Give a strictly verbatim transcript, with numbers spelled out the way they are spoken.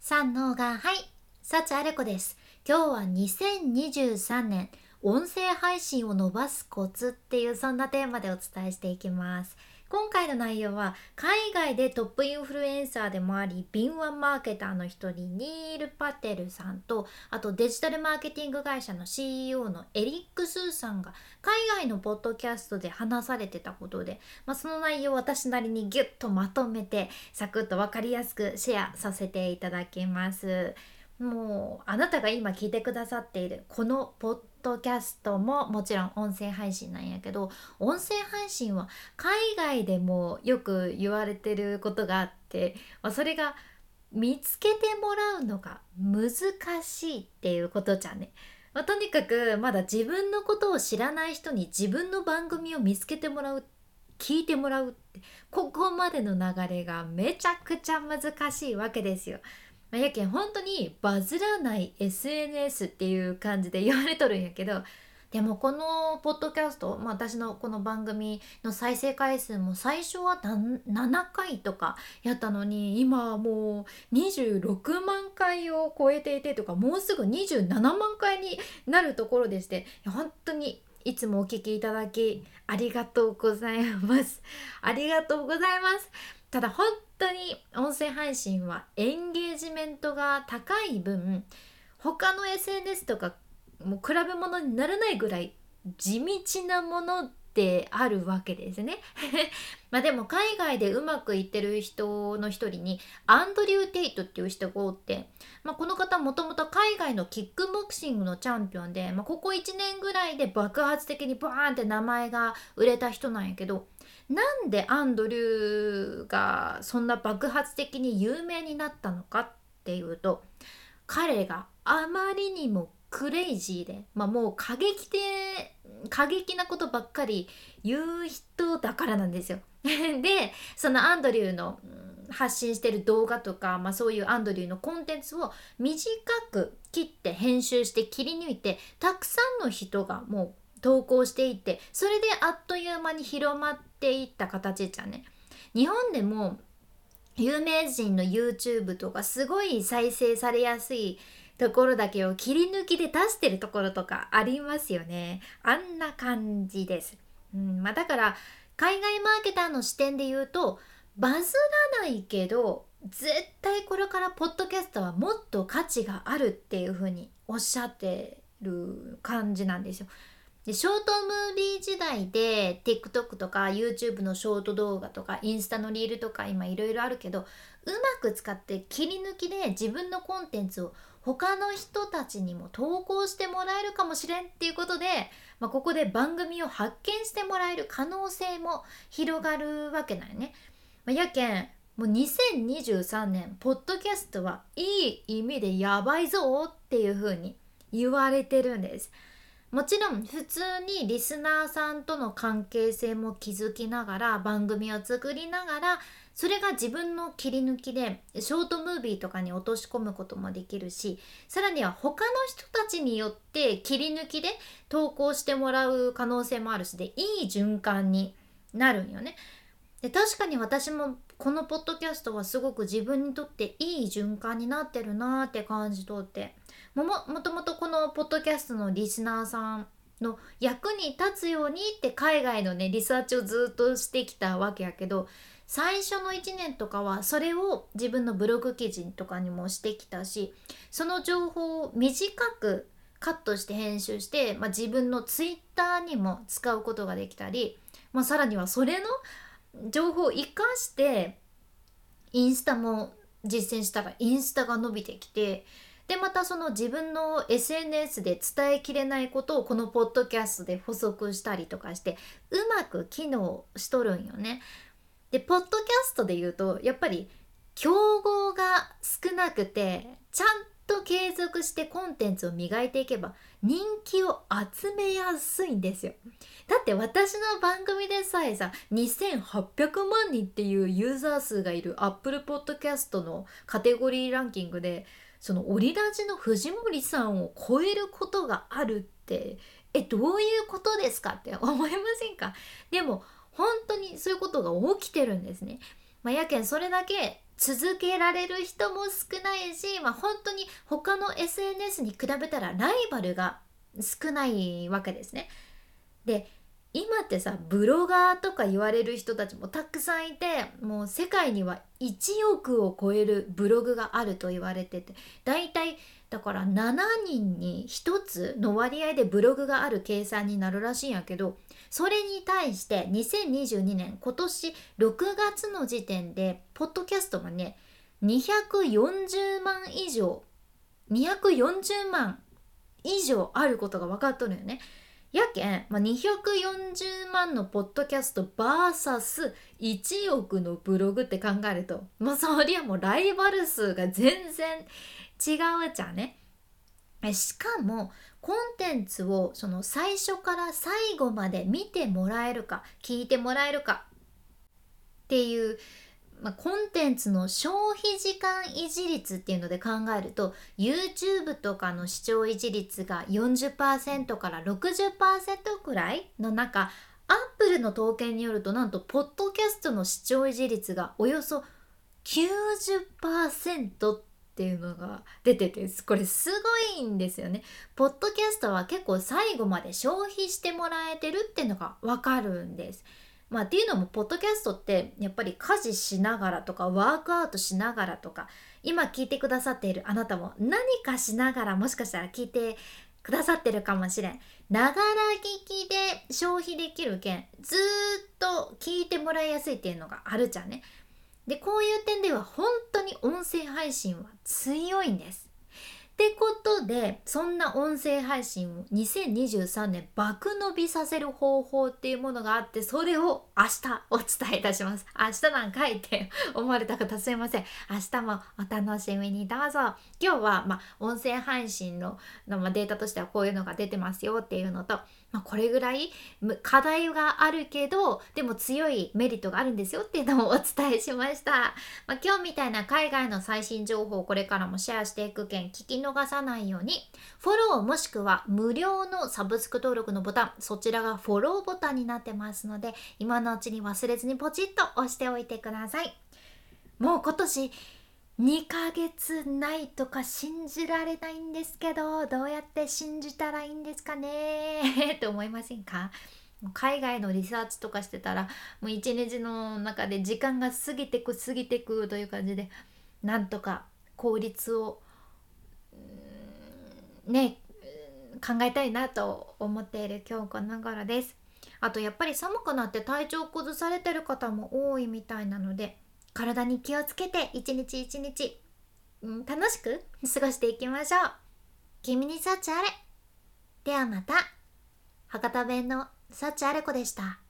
三のがはい、幸あれ子です。今日はにせんにじゅうさんねん音声配信を伸ばすコツっていうそんなテーマでお伝えしていきます。今回の内容は海外でトップインフルエンサーでもあり敏腕マーケターの一人ニール・パテルさんと、あとデジタルマーケティング会社の シーイーオー のエリック・スーさんが海外のポッドキャストで話されてたことで、まあ、その内容を私なりにギュッとまとめてサクッと分かりやすくシェアさせていただきます。もうあなたが今聞いてくださっているこのポッドキャストももちろん音声配信なんやけど、音声配信は海外でもよく言われてることがあって、まあ、それが見つけてもらうのが難しいっていうことじゃね。まあ、とにかくまだ自分のことを知らない人に自分の番組を見つけてもらう、聞いてもらうって、ここまでの流れがめちゃくちゃ難しいわけですよ。まあやけん本当にバズらない エスエヌエス っていう感じで言われとるんやけど、でもこのポッドキャスト、まあ、私のこの番組の再生回数も最初はななかいとかやったのに、今はもうにじゅうろくまんかいを超えていてとか、もうすぐにじゅうななまんかいになるところでして、本当にいつもお聞きいただきありがとうございます。ありがとうございます。ただ本当に音声配信はエンゲージメントが高い分、他の エスエヌエス とかもう比べ物にならないぐらい地道なものであるわけですね。まあでも海外でうまくいってる人の一人にアンドリュー・テイトっていう人がおって、まあ、この方もともと海外のキックボクシングのチャンピオンで、まあ、ここいちねんぐらいで爆発的にバーンって名前が売れた人なんやけど、なんでアンドリューがそんな爆発的に有名になったのかっていうと、彼があまりにもクレイジーで、まあ、もう過激で過激なことばっかり言う人だからなんですよ。でそのアンドリューの発信してる動画とか、まあ、そういうアンドリューのコンテンツを短く切って編集して切り抜いて、たくさんの人がもう投稿していって、それであっという間に広まっていった形じゃね。日本でも有名人の YouTube とかすごい再生されやすいところだけを切り抜きで出してるところとかありますよね。あんな感じです。うんまあ、だから海外マーケターの視点で言うと、バズらないけど絶対これからポッドキャストはもっと価値があるっていう風におっしゃってる感じなんですよ。でショートムービー時代で TikTok とか YouTube のショート動画とかインスタのリールとか今いろいろあるけど、うまく使って切り抜きで自分のコンテンツを他の人たちにも投稿してもらえるかもしれんっていうことで、まあ、ここで番組を発見してもらえる可能性も広がるわけなんよね。まあ、やけんもうにせんにじゅうさんねんポッドキャストはいい意味でやばいぞっていう風に言われてるんです。もちろん普通にリスナーさんとの関係性も築きながら番組を作りながら、それが自分の切り抜きでショートムービーとかに落とし込むこともできるし、さらには他の人たちによって切り抜きで投稿してもらう可能性もあるしで、いい循環になるんよね。で確かに私もこのポッドキャストはすごく自分にとっていい循環になってるなーって感じとって、もももともとこのポッドキャストのリスナーさんの役に立つようにって海外のねリサーチをずっとしてきたわけやけど、最初のいちねんとかはそれを自分のブログ記事とかにもしてきたし、その情報を短くカットして編集して、まあ、自分のツイッターにも使うことができたり、まあ、さらにはそれの情報を生かしてインスタも実践したらインスタが伸びてきて、でまたその自分の エスエヌエス で伝えきれないことをこのポッドキャストで補足したりとかしてうまく機能しとるんよね。でポッドキャストで言うとやっぱり競合が少なくてちゃんと継続してコンテンツを磨いていけば人気を集めやすいんですよ。だって私の番組でさえさにせんはっぴゃくまんにんっていうユーザー数がいる Apple Podcast のカテゴリーランキングで、そのオリラジの藤森さんを超えることがあるってえどういうことですかって思いませんか？でも本当にそういうことが起きてるんですね。まあ、やけんそれだけ続けられる人も少ないし、まあ、本当に他の エスエヌエス に比べたらライバルが少ないわけですね。で今ってさ、ブロガーとか言われる人たちもたくさんいて、もう世界にはいちおくを超えるブログがあると言われてて、だいたいだからしちにんにひとつの割合でブログがある計算になるらしいんやけど、それに対してにせんにじゅうにねん今年ろくがつの時点でポッドキャストがねにひゃくよんじゅうまん以上にひゃくよんじゅうまん以上あることが分かっとるよね。やけん、まあ、にひゃくよんじゅうまんのポッドキャスト ブイエスいちおくのブログって考えると、もうそりゃもうライバル数が全然違うじゃんね。しかもコンテンツをその最初から最後まで見てもらえるか聞いてもらえるかっていう、まあ、コンテンツの消費時間維持率っていうので考えると YouTube とかの視聴維持率が よんじゅっパーセント から ろくじゅっパーセント くらいの中、 Apple の統計によるとなんとポッドキャストの視聴維持率がおよそ きゅうじゅっパーセント っていうのが出てて、これすごいんですよね。ポッドキャストは結構最後まで消費してもらえてるっていうのがわかるんです。まあ、っていうのもポッドキャストってやっぱり家事しながらとかワークアウトしながらとか、今聞いてくださっているあなたも何かしながらもしかしたら聞いてくださってるかもしれん。ながら聞きで消費できるけんずーっと聞いてもらいやすいっていうのがあるじゃんね。でこういう点では本当に音声配信は強いんです。ってことで、そんな音声配信をにせんにじゅうさんねん爆伸びさせる方法っていうものがあって、それを明日お伝えいたします。明日なんかいって思われた方すいません。明日もお楽しみにどうぞ。今日は、まあ、音声配信の、まあ、データとしてはこういうのが出てますよっていうのと、まあ、これぐらい課題があるけどでも強いメリットがあるんですよっていうのをお伝えしました。まあ、今日みたいな海外の最新情報をこれからもシェアしていく件、聞き逃さないようにフォローもしくは無料のサブスク登録のボタン、そちらがフォローボタンになってますので、今のうちに忘れずにポチッと押しておいてください。もう今年にかげつないとか信じられないんですけど、どうやって信じたらいいんですかねって思いませんか？海外のリサーチとかしてたらもう一日の中で時間が過ぎてく過ぎてくという感じで、なんとか効率をね考えたいなと思っている今日この頃です。あとやっぱり寒くなって体調崩されてる方も多いみたいなので、体に気をつけて一日一日、うん、楽しく過ごしていきましょう。君に幸あれ。ではまた。博多弁の幸あれ子でした。